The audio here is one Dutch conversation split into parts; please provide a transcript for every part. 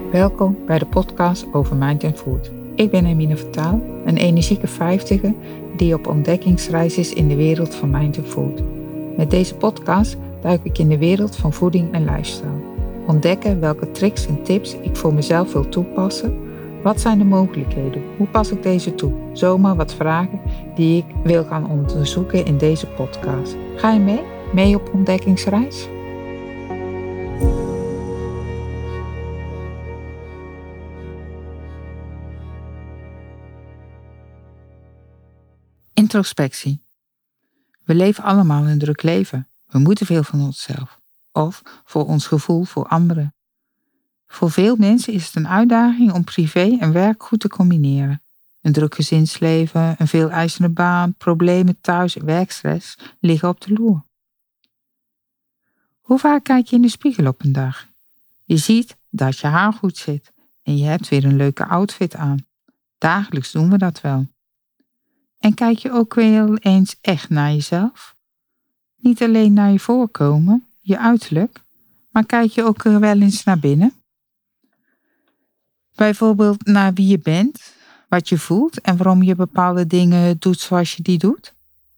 Welkom bij de podcast over Mind & Food. Ik ben Hermine Vertaal, een energieke 50er die op ontdekkingsreis is in de wereld van Mind & Food. Met deze podcast duik ik in de wereld van voeding en lifestyle. Ontdekken welke tricks en tips ik voor mezelf wil toepassen. Wat zijn de mogelijkheden? Hoe pas ik deze toe? Zomaar wat vragen die ik wil gaan onderzoeken in deze podcast. Ga je mee? Mee op ontdekkingsreis? Introspectie. We leven allemaal een druk leven. We moeten veel van onszelf. Of voor ons gevoel voor anderen. Voor veel mensen is het een uitdaging om privé en werk goed te combineren. Een druk gezinsleven, een veel eisende baan, problemen thuis en werkstress liggen op de loer. Hoe vaak kijk je in de spiegel op een dag? Je ziet dat je haar goed zit en je hebt weer een leuke outfit aan. Dagelijks doen we dat wel. En kijk je ook wel eens echt naar jezelf? Niet alleen naar je voorkomen, je uiterlijk, maar kijk je ook wel eens naar binnen? Bijvoorbeeld naar wie je bent, wat je voelt en waarom je bepaalde dingen doet zoals je die doet?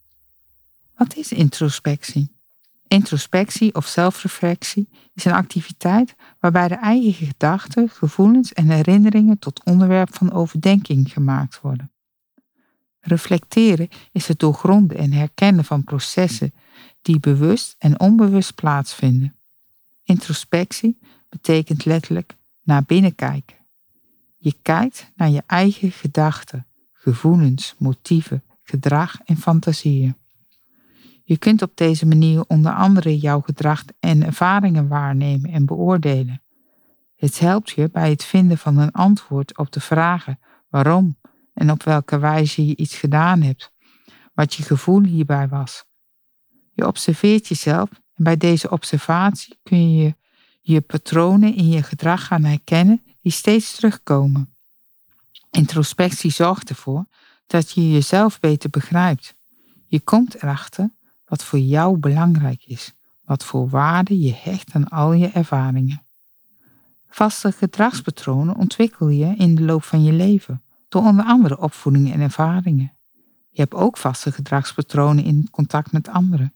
Wat is introspectie? Introspectie of zelfreflectie is een activiteit waarbij de eigen gedachten, gevoelens en herinneringen tot onderwerp van overdenking gemaakt worden. Reflecteren is het doorgronden en herkennen van processen die bewust en onbewust plaatsvinden. Introspectie betekent letterlijk naar binnen kijken. Je kijkt naar je eigen gedachten, gevoelens, motieven, gedrag en fantasieën. Je kunt op deze manier onder andere jouw gedrag en ervaringen waarnemen en beoordelen. Het helpt je bij het vinden van een antwoord op de vragen waarom en op welke wijze je iets gedaan hebt, wat je gevoel hierbij was. Je observeert jezelf en bij deze observatie kun je je patronen in je gedrag gaan herkennen die steeds terugkomen. Introspectie zorgt ervoor dat je jezelf beter begrijpt. Je komt erachter wat voor jou belangrijk is, wat voor waarde je hecht aan al je ervaringen. Vaste gedragspatronen ontwikkel je in de loop van je leven, door onder andere opvoeding en ervaringen. Je hebt ook vaste gedragspatronen in contact met anderen.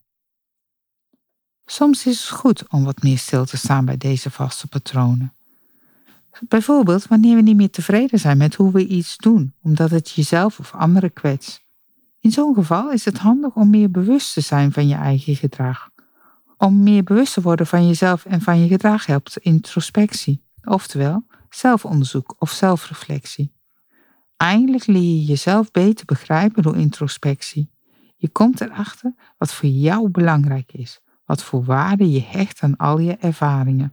Soms is het goed om wat meer stil te staan bij deze vaste patronen. Bijvoorbeeld wanneer we niet meer tevreden zijn met hoe we iets doen, omdat het jezelf of anderen kwetst. In zo'n geval is het handig om meer bewust te zijn van je eigen gedrag. Om meer bewust te worden van jezelf en van je gedrag helpt introspectie, oftewel zelfonderzoek of zelfreflectie. Eindelijk leer je jezelf beter begrijpen door introspectie. Je komt erachter wat voor jou belangrijk is, wat voor waarde je hecht aan al je ervaringen.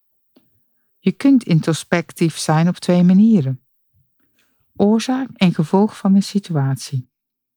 Je kunt introspectief zijn op 2 manieren. Oorzaak en gevolg van een situatie.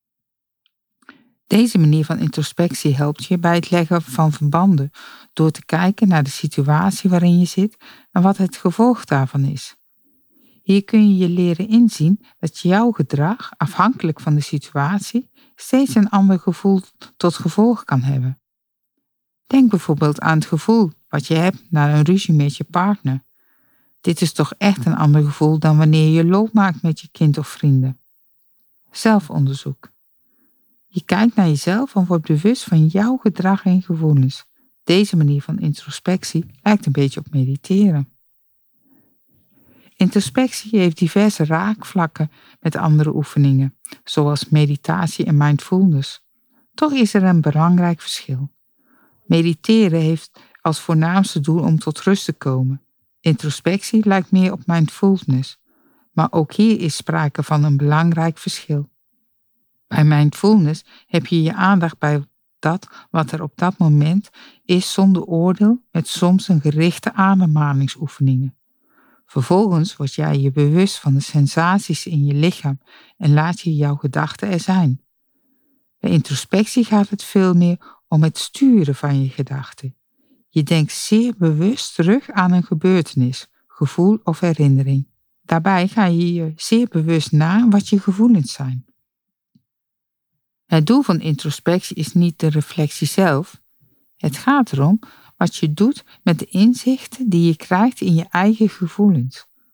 Deze manier van introspectie helpt je bij het leggen van verbanden door te kijken naar de situatie waarin je zit en wat het gevolg daarvan is. Hier kun je je leren inzien dat jouw gedrag, afhankelijk van de situatie, steeds een ander gevoel tot gevolg kan hebben. Denk bijvoorbeeld aan het gevoel wat je hebt na een ruzie met je partner. Dit is toch echt een ander gevoel dan wanneer je lol maakt met je kind of vrienden. Zelfonderzoek. Je kijkt naar jezelf en wordt bewust van jouw gedrag en gevoelens. Deze manier van introspectie lijkt een beetje op mediteren. Introspectie heeft diverse raakvlakken met andere oefeningen, zoals meditatie en mindfulness. Toch is er een belangrijk verschil. Mediteren heeft als voornaamste doel om tot rust te komen. Introspectie lijkt meer op mindfulness, maar ook hier is sprake van een belangrijk verschil. Bij mindfulness heb je je aandacht bij dat wat er op dat moment is zonder oordeel met soms een gerichte ademhalingsoefeningen. Vervolgens word jij je bewust van de sensaties in je lichaam en laat je jouw gedachten er zijn. Bij introspectie gaat het veel meer om het sturen van je gedachten. Je denkt zeer bewust terug aan een gebeurtenis, gevoel of herinnering. Daarbij ga je je zeer bewust na wat je gevoelens zijn. Het doel van introspectie is niet de reflectie zelf. Het gaat erom wat je doet met de inzichten die je krijgt in je eigen gevoelens.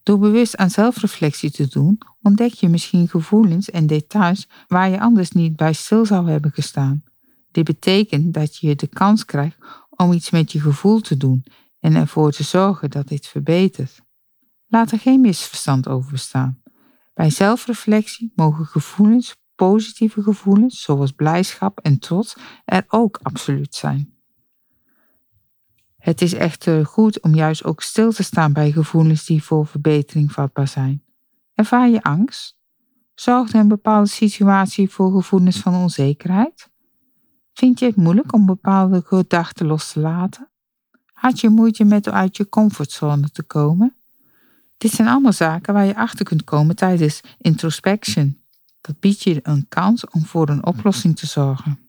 Door bewust aan zelfreflectie te doen, ontdek je misschien gevoelens en details waar je anders niet bij stil zou hebben gestaan. Dit betekent dat je de kans krijgt om iets met je gevoel te doen en ervoor te zorgen dat dit verbetert. Laat er geen misverstand over bestaan. Bij zelfreflectie mogen gevoelens, positieve gevoelens zoals blijdschap en trots, er ook absoluut zijn. Het is echter goed om juist ook stil te staan bij gevoelens die voor verbetering vatbaar zijn. Ervaar je angst? Zorgt er een bepaalde situatie voor gevoelens van onzekerheid? Vind je het moeilijk om bepaalde gedachten los te laten? Had je moeite met uit je comfortzone te komen? Dit zijn allemaal zaken waar je achter kunt komen tijdens introspection. Dat biedt je een kans om voor een oplossing te zorgen.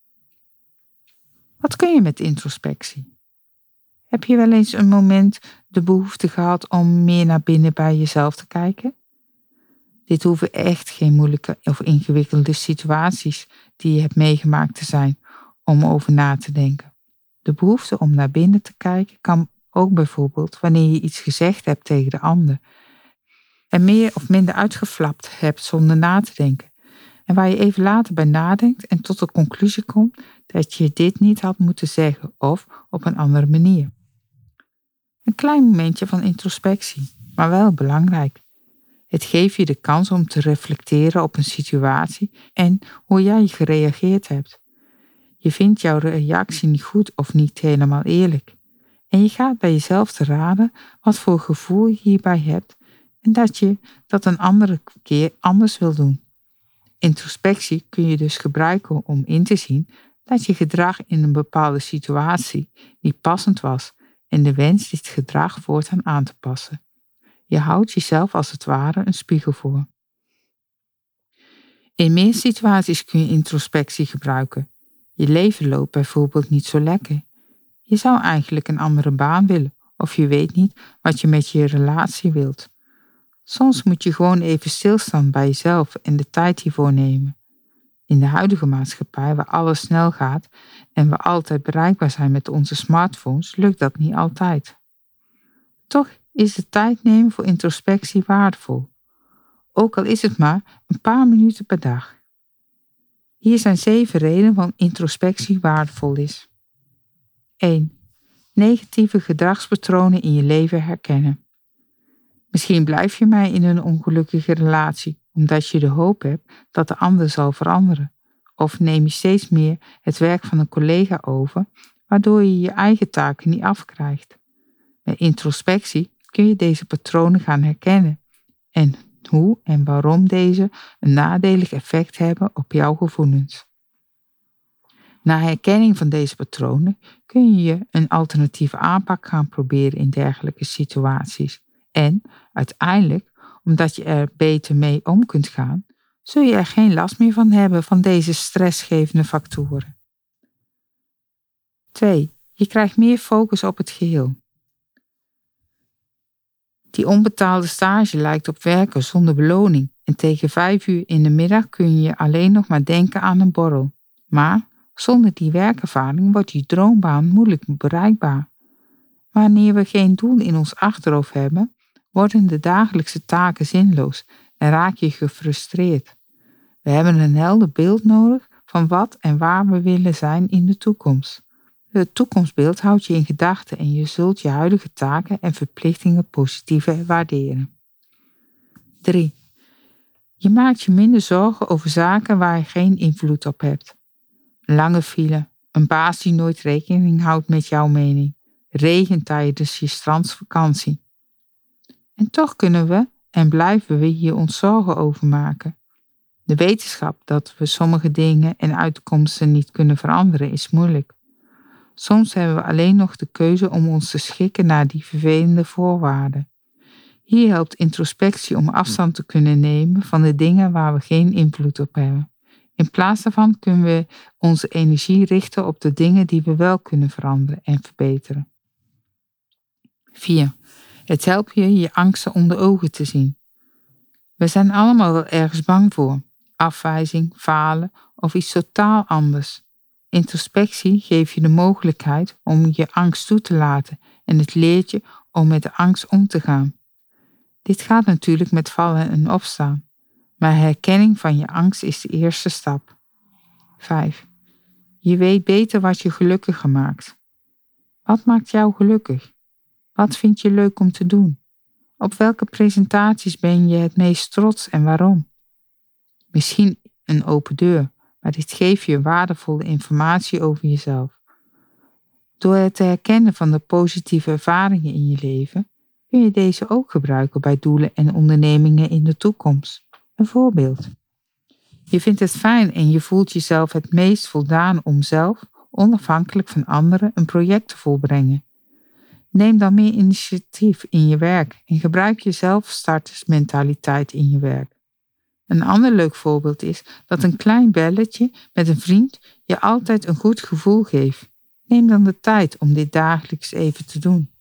Wat kun je met introspectie? Heb je wel eens een moment de behoefte gehad om meer naar binnen bij jezelf te kijken? Dit hoeven echt geen moeilijke of ingewikkelde situaties die je hebt meegemaakt te zijn om over na te denken. De behoefte om naar binnen te kijken kan ook bijvoorbeeld wanneer je iets gezegd hebt tegen de ander en meer of minder uitgeflapt hebt zonder na te denken en waar je even later bij nadenkt en tot de conclusie komt dat je dit niet had moeten zeggen of op een andere manier. Een klein momentje van introspectie, maar wel belangrijk. Het geeft je de kans om te reflecteren op een situatie en hoe jij gereageerd hebt. Je vindt jouw reactie niet goed of niet helemaal eerlijk. En je gaat bij jezelf te raden wat voor gevoel je hierbij hebt en dat je dat een andere keer anders wil doen. Introspectie kun je dus gebruiken om in te zien dat je gedrag in een bepaalde situatie niet passend was en de wens dit gedrag voortaan aan te passen. Je houdt jezelf als het ware een spiegel voor. In meer situaties kun je introspectie gebruiken. Je leven loopt bijvoorbeeld niet zo lekker. Je zou eigenlijk een andere baan willen of je weet niet wat je met je relatie wilt. Soms moet je gewoon even stilstaan bij jezelf en de tijd hiervoor nemen. In de huidige maatschappij waar alles snel gaat en we altijd bereikbaar zijn met onze smartphones, lukt dat niet altijd. Toch is de tijd nemen voor introspectie waardevol. Ook al is het maar een paar minuten per dag. Hier zijn 7 redenen waarom introspectie waardevol is. 1. Negatieve gedragspatronen in je leven herkennen. Misschien blijf je maar in een ongelukkige relatie omdat je de hoop hebt dat de ander zal veranderen. Of neem je steeds meer het werk van een collega over, waardoor je je eigen taken niet afkrijgt. Met introspectie kun je deze patronen gaan herkennen en hoe en waarom deze een nadelig effect hebben op jouw gevoelens. Na herkenning van deze patronen kun je een alternatieve aanpak gaan proberen in dergelijke situaties. En uiteindelijk, omdat je er beter mee om kunt gaan, zul je er geen last meer van hebben van deze stressgevende factoren. 2. Je krijgt meer focus op het geheel. Die onbetaalde stage lijkt op werken zonder beloning en tegen 5 uur in de middag kun je alleen nog maar denken aan een borrel. Maar zonder die werkervaring wordt die droombaan moeilijk bereikbaar. Wanneer we geen doel in ons achterhoofd hebben, worden de dagelijkse taken zinloos en raak je gefrustreerd. We hebben een helder beeld nodig van wat en waar we willen zijn in de toekomst. Het toekomstbeeld houdt je in gedachten en je zult je huidige taken en verplichtingen positiever waarderen. 3. Je maakt je minder zorgen over zaken waar je geen invloed op hebt. Een lange file, een baas die nooit rekening houdt met jouw mening, regen tijdens je strandsvakantie. En toch kunnen we en blijven we hier ons zorgen over maken. De wetenschap dat we sommige dingen en uitkomsten niet kunnen veranderen is moeilijk. Soms hebben we alleen nog de keuze om ons te schikken naar die vervelende voorwaarden. Hier helpt introspectie om afstand te kunnen nemen van de dingen waar we geen invloed op hebben. In plaats daarvan kunnen we onze energie richten op de dingen die we wel kunnen veranderen en verbeteren. 4. Het helpt je angsten onder ogen te zien. We zijn allemaal wel ergens bang voor. Afwijzing, falen of iets totaal anders. Introspectie geeft je de mogelijkheid om je angst toe te laten en het leert je om met de angst om te gaan. Dit gaat natuurlijk met vallen en opstaan, maar herkenning van je angst is de eerste stap. 5. Je weet beter wat je gelukkiger maakt. Wat maakt jou gelukkig? Wat vind je leuk om te doen? Op welke presentaties ben je het meest trots en waarom? Misschien een open deur, maar dit geeft je waardevolle informatie over jezelf. Door het herkennen van de positieve ervaringen in je leven, kun je deze ook gebruiken bij doelen en ondernemingen in de toekomst. Een voorbeeld. Je vindt het fijn en je voelt jezelf het meest voldaan om zelf, onafhankelijk van anderen, een project te volbrengen. Neem dan meer initiatief in je werk en gebruik je zelfstartersmentaliteit in je werk. Een ander leuk voorbeeld is dat een klein belletje met een vriend je altijd een goed gevoel geeft. Neem dan de tijd om dit dagelijks even te doen.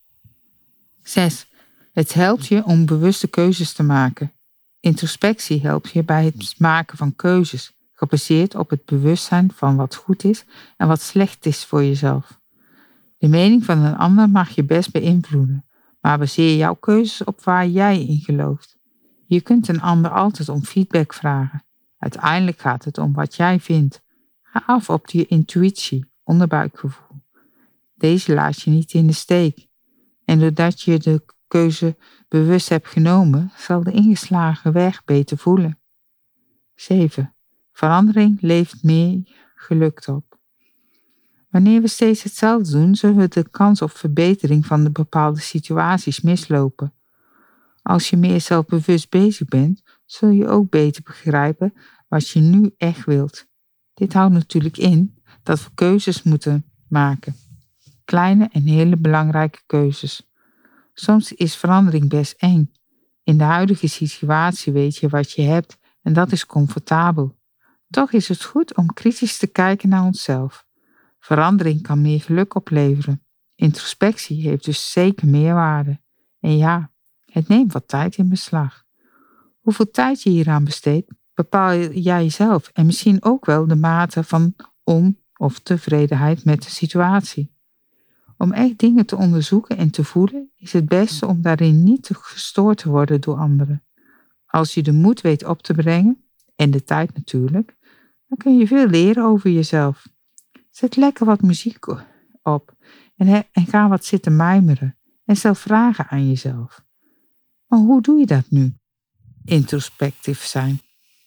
6. Het helpt je om bewuste keuzes te maken. Introspectie helpt je bij het maken van keuzes, gebaseerd op het bewustzijn van wat goed is en wat slecht is voor jezelf. De mening van een ander mag je best beïnvloeden, maar baseer jouw keuzes op waar jij in gelooft. Je kunt een ander altijd om feedback vragen. Uiteindelijk gaat het om wat jij vindt. Ga af op je intuïtie, onderbuikgevoel. Deze laat je niet in de steek. En doordat je de keuze bewust hebt genomen, zal de ingeslagen weg beter voelen. 7. Verandering levert meer geluk op. Wanneer we steeds hetzelfde doen, zullen we de kans op verbetering van de bepaalde situaties mislopen. Als je meer zelfbewust bezig bent, zul je ook beter begrijpen wat je nu echt wilt. Dit houdt natuurlijk in dat we keuzes moeten maken. Kleine en hele belangrijke keuzes. Soms is verandering best eng. In de huidige situatie weet je wat je hebt en dat is comfortabel. Toch is het goed om kritisch te kijken naar onszelf. Verandering kan meer geluk opleveren. Introspectie heeft dus zeker meerwaarde. En ja, het neemt wat tijd in beslag. Hoeveel tijd je hieraan besteedt, bepaal jij zelf en misschien ook wel de mate van of tevredenheid met de situatie. Om echt dingen te onderzoeken en te voelen, is het beste om daarin niet te gestoord te worden door anderen. Als je de moed weet op te brengen, en de tijd natuurlijk, dan kun je veel leren over jezelf. Zet lekker wat muziek op en ga wat zitten mijmeren en stel vragen aan jezelf. Maar hoe doe je dat nu? Introspectief zijn.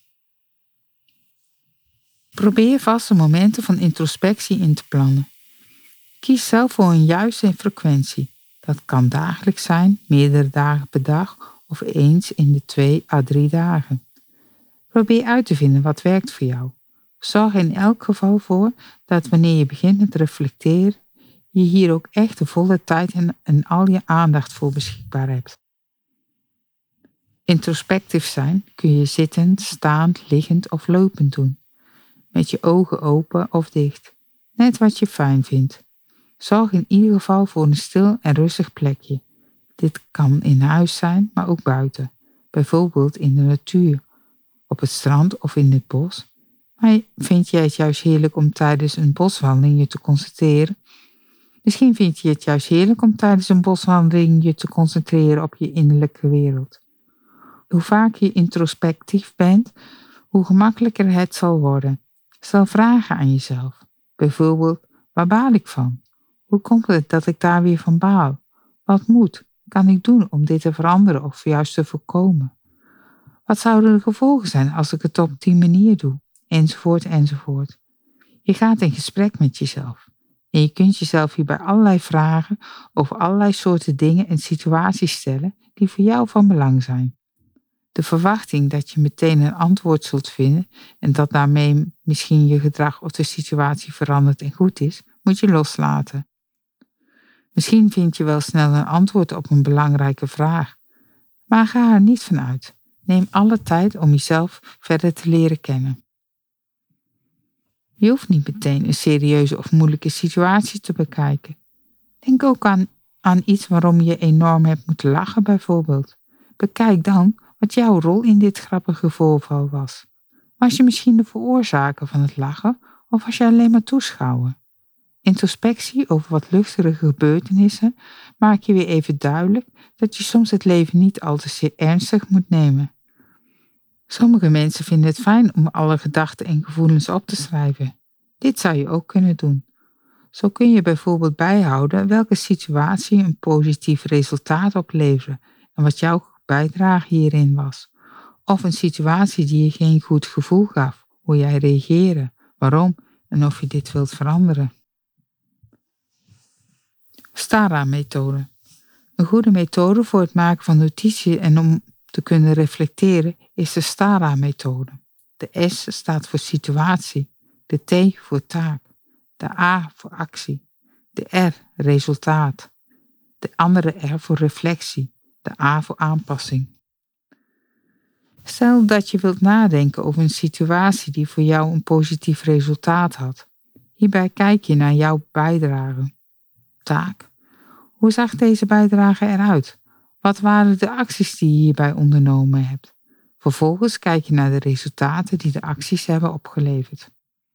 Probeer vaste momenten van introspectie in te plannen. Kies zelf voor een juiste frequentie. Dat kan dagelijks zijn, meerdere dagen per dag of eens in de 2 à 3 dagen. Probeer uit te vinden wat werkt voor jou. Zorg in elk geval voor dat wanneer je begint met reflecteren, je hier ook echt de volle tijd en al je aandacht voor beschikbaar hebt. Introspectief zijn kun je zittend, staand, liggend of lopend doen. Met je ogen open of dicht. Net wat je fijn vindt. Zorg in ieder geval voor een stil en rustig plekje. Dit kan in huis zijn, maar ook buiten. Bijvoorbeeld in de natuur, op het strand of in het bos. Maar vind je het juist heerlijk om tijdens een boswandeling je te concentreren? Misschien vind je het juist heerlijk om tijdens een boswandeling je te concentreren op je innerlijke wereld. Hoe vaak je introspectief bent, hoe gemakkelijker het zal worden. Stel vragen aan jezelf. Bijvoorbeeld, waar baal ik van? Hoe komt het dat ik daar weer van baal? Wat kan ik doen om dit te veranderen of juist te voorkomen? Wat zouden de gevolgen zijn als ik het op die manier doe? Enzovoort, enzovoort. Je gaat in gesprek met jezelf. En je kunt jezelf hierbij allerlei vragen over allerlei soorten dingen en situaties stellen die voor jou van belang zijn. De verwachting dat je meteen een antwoord zult vinden en dat daarmee misschien je gedrag of de situatie verandert en goed is, moet je loslaten. Misschien vind je wel snel een antwoord op een belangrijke vraag, maar ga er niet van uit. Neem alle tijd om jezelf verder te leren kennen. Je hoeft niet meteen een serieuze of moeilijke situatie te bekijken. Denk ook aan iets waarom je enorm hebt moeten lachen bijvoorbeeld. Bekijk dan wat jouw rol in dit grappige voorval was. Was je misschien de veroorzaker van het lachen of was je alleen maar toeschouwer? Introspectie over wat luchtige gebeurtenissen maakt je weer even duidelijk dat je soms het leven niet al te zeer ernstig moet nemen. Sommige mensen vinden het fijn om alle gedachten en gevoelens op te schrijven. Dit zou je ook kunnen doen. Zo kun je bijvoorbeeld bijhouden welke situatie een positief resultaat opleverde en wat jouw bijdrage hierin was. Of een situatie die je geen goed gevoel gaf, hoe jij reageerde, waarom en of je dit wilt veranderen. Stara-methode. Een goede methode voor het maken van notities en om te kunnen reflecteren is de Stara-methode. De S staat voor situatie, de T voor taak, de A voor actie, de R resultaat, de andere R voor reflectie, de A voor aanpassing. Stel dat je wilt nadenken over een situatie die voor jou een positief resultaat had. Hierbij kijk je naar jouw bijdrage. Taak. Hoe zag deze bijdrage eruit? Wat waren de acties die je hierbij ondernomen hebt? Vervolgens kijk je naar de resultaten die de acties hebben opgeleverd.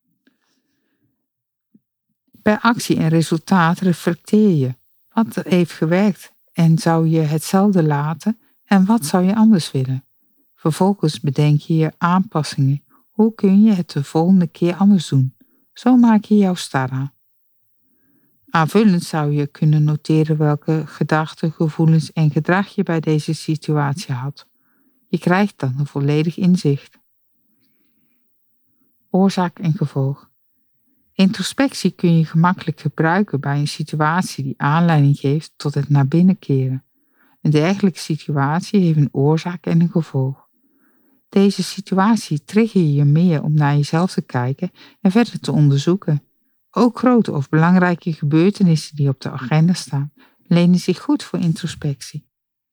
Bij actie en resultaat reflecteer je. Wat heeft gewerkt en zou je hetzelfde laten en wat zou je anders willen? Vervolgens bedenk je je aanpassingen. Hoe kun je het de volgende keer anders doen? Zo maak je jouw Stara. Aanvullend zou je kunnen noteren welke gedachten, gevoelens en gedrag je bij deze situatie had. Je krijgt dan een volledig inzicht. Oorzaak en gevolg. Introspectie kun je gemakkelijk gebruiken bij een situatie die aanleiding geeft tot het naar binnen keren. Een dergelijke situatie heeft een oorzaak en een gevolg. Deze situatie trigger je meer om naar jezelf te kijken en verder te onderzoeken. Ook grote of belangrijke gebeurtenissen die op de agenda staan, lenen zich goed voor introspectie.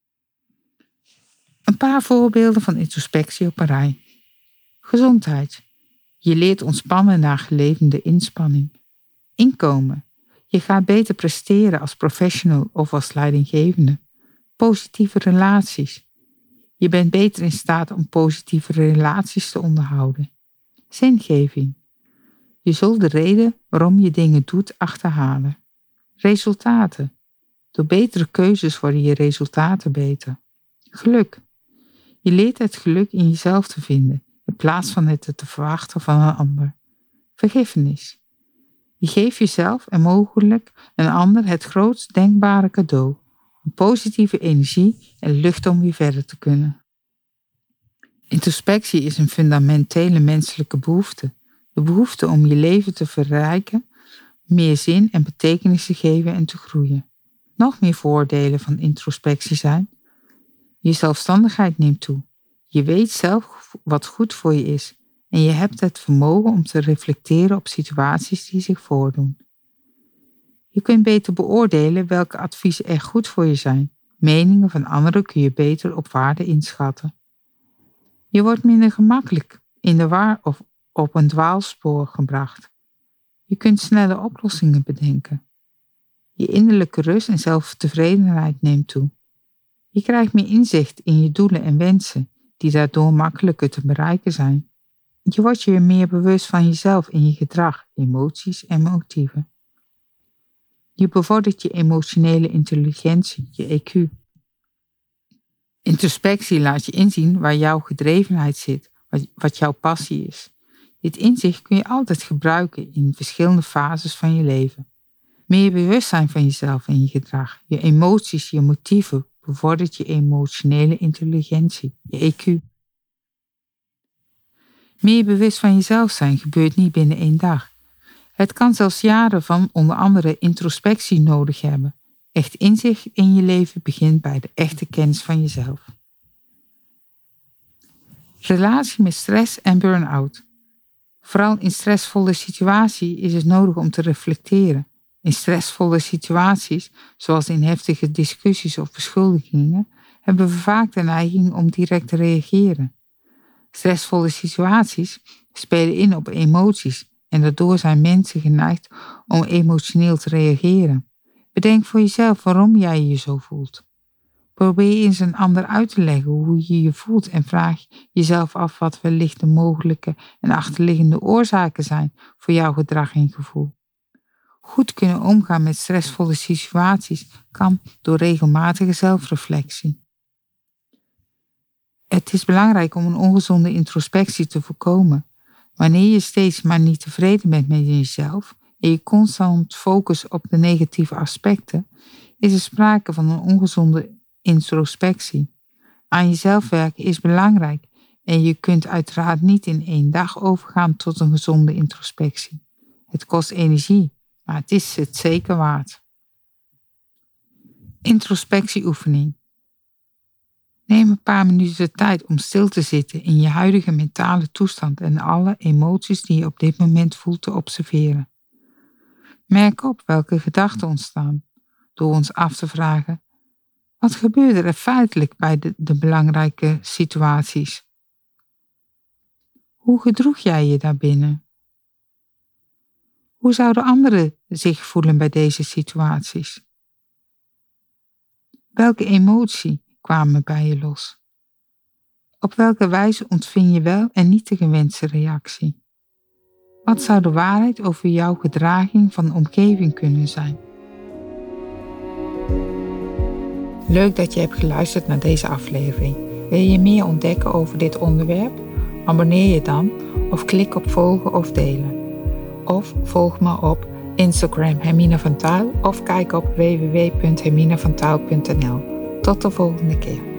Een paar voorbeelden van introspectie op een rij. Gezondheid. Je leert ontspannen na geleverde inspanning. Inkomen. Je gaat beter presteren als professional of als leidinggevende. Positieve relaties. Je bent beter in staat om positieve relaties te onderhouden. Zingeving. Je zult de reden waarom je dingen doet achterhalen. Resultaten. Door betere keuzes worden je resultaten beter. Geluk. Je leert het geluk in jezelf te vinden, in plaats van het te verwachten van een ander. Vergiffenis. Je geeft jezelf en mogelijk een ander het grootst denkbare cadeau. Een positieve energie en lucht om weer verder te kunnen. Introspectie is een fundamentele menselijke behoefte. De behoefte om je leven te verrijken, meer zin en betekenis te geven en te groeien. Nog meer voordelen van introspectie zijn: je zelfstandigheid neemt toe. Je weet zelf wat goed voor je is en je hebt het vermogen om te reflecteren op situaties die zich voordoen. Je kunt beter beoordelen welke adviezen er goed voor je zijn. Meningen van anderen kun je beter op waarde inschatten. Je wordt minder gemakkelijk in de war of op een dwaalspoor gebracht. Je kunt sneller oplossingen bedenken. Je innerlijke rust en zelftevredenheid neemt toe. Je krijgt meer inzicht in je doelen en wensen, die daardoor makkelijker te bereiken zijn. Je wordt je meer bewust van jezelf en je gedrag, emoties en motieven. Je bevordert je emotionele intelligentie, je EQ. Introspectie laat je inzien waar jouw gedrevenheid zit, wat jouw passie is. Dit inzicht kun je altijd gebruiken in verschillende fases van je leven. Meer bewustzijn van jezelf en je gedrag, je emoties, je motieven bevordert je emotionele intelligentie, je EQ. Meer bewust van jezelf zijn gebeurt niet binnen 1 dag. Het kan zelfs jaren van onder andere introspectie nodig hebben. Echt inzicht in je leven begint bij de echte kennis van jezelf. Relatie met stress en burn-out. Vooral in stressvolle situaties is het nodig om te reflecteren. In stressvolle situaties, zoals in heftige discussies of beschuldigingen, hebben we vaak de neiging om direct te reageren. Stressvolle situaties spelen in op emoties en daardoor zijn mensen geneigd om emotioneel te reageren. Bedenk voor jezelf waarom jij je zo voelt. Probeer eens een ander uit te leggen hoe je je voelt en vraag jezelf af wat wellicht de mogelijke en achterliggende oorzaken zijn voor jouw gedrag en gevoel. Goed kunnen omgaan met stressvolle situaties kan door regelmatige zelfreflectie. Het is belangrijk om een ongezonde introspectie te voorkomen. Wanneer je steeds maar niet tevreden bent met jezelf en je constant focust op de negatieve aspecten, is er sprake van een ongezonde introspectie. Aan jezelf werken is belangrijk en je kunt uiteraard niet in 1 dag overgaan tot een gezonde introspectie. Het kost energie, maar het is het zeker waard. Introspectieoefening. Neem een paar minuten de tijd om stil te zitten in je huidige mentale toestand en alle emoties die je op dit moment voelt te observeren. Merk op welke gedachten ontstaan, door ons af te vragen: wat gebeurde er feitelijk bij de belangrijke situaties? Hoe gedroeg jij je daarbinnen? Hoe zouden anderen zich voelen bij deze situaties? Welke emotie kwamen bij je los? Op welke wijze ontving je wel en niet de gewenste reactie? Wat zou de waarheid over jouw gedraging van de omgeving kunnen zijn? Leuk dat je hebt geluisterd naar deze aflevering. Wil je meer ontdekken over dit onderwerp? Abonneer je dan of klik op volgen of delen. Of volg me op Instagram Hermine van Tuil of kijk op www.herminevantuil.nl. Tot de volgende keer.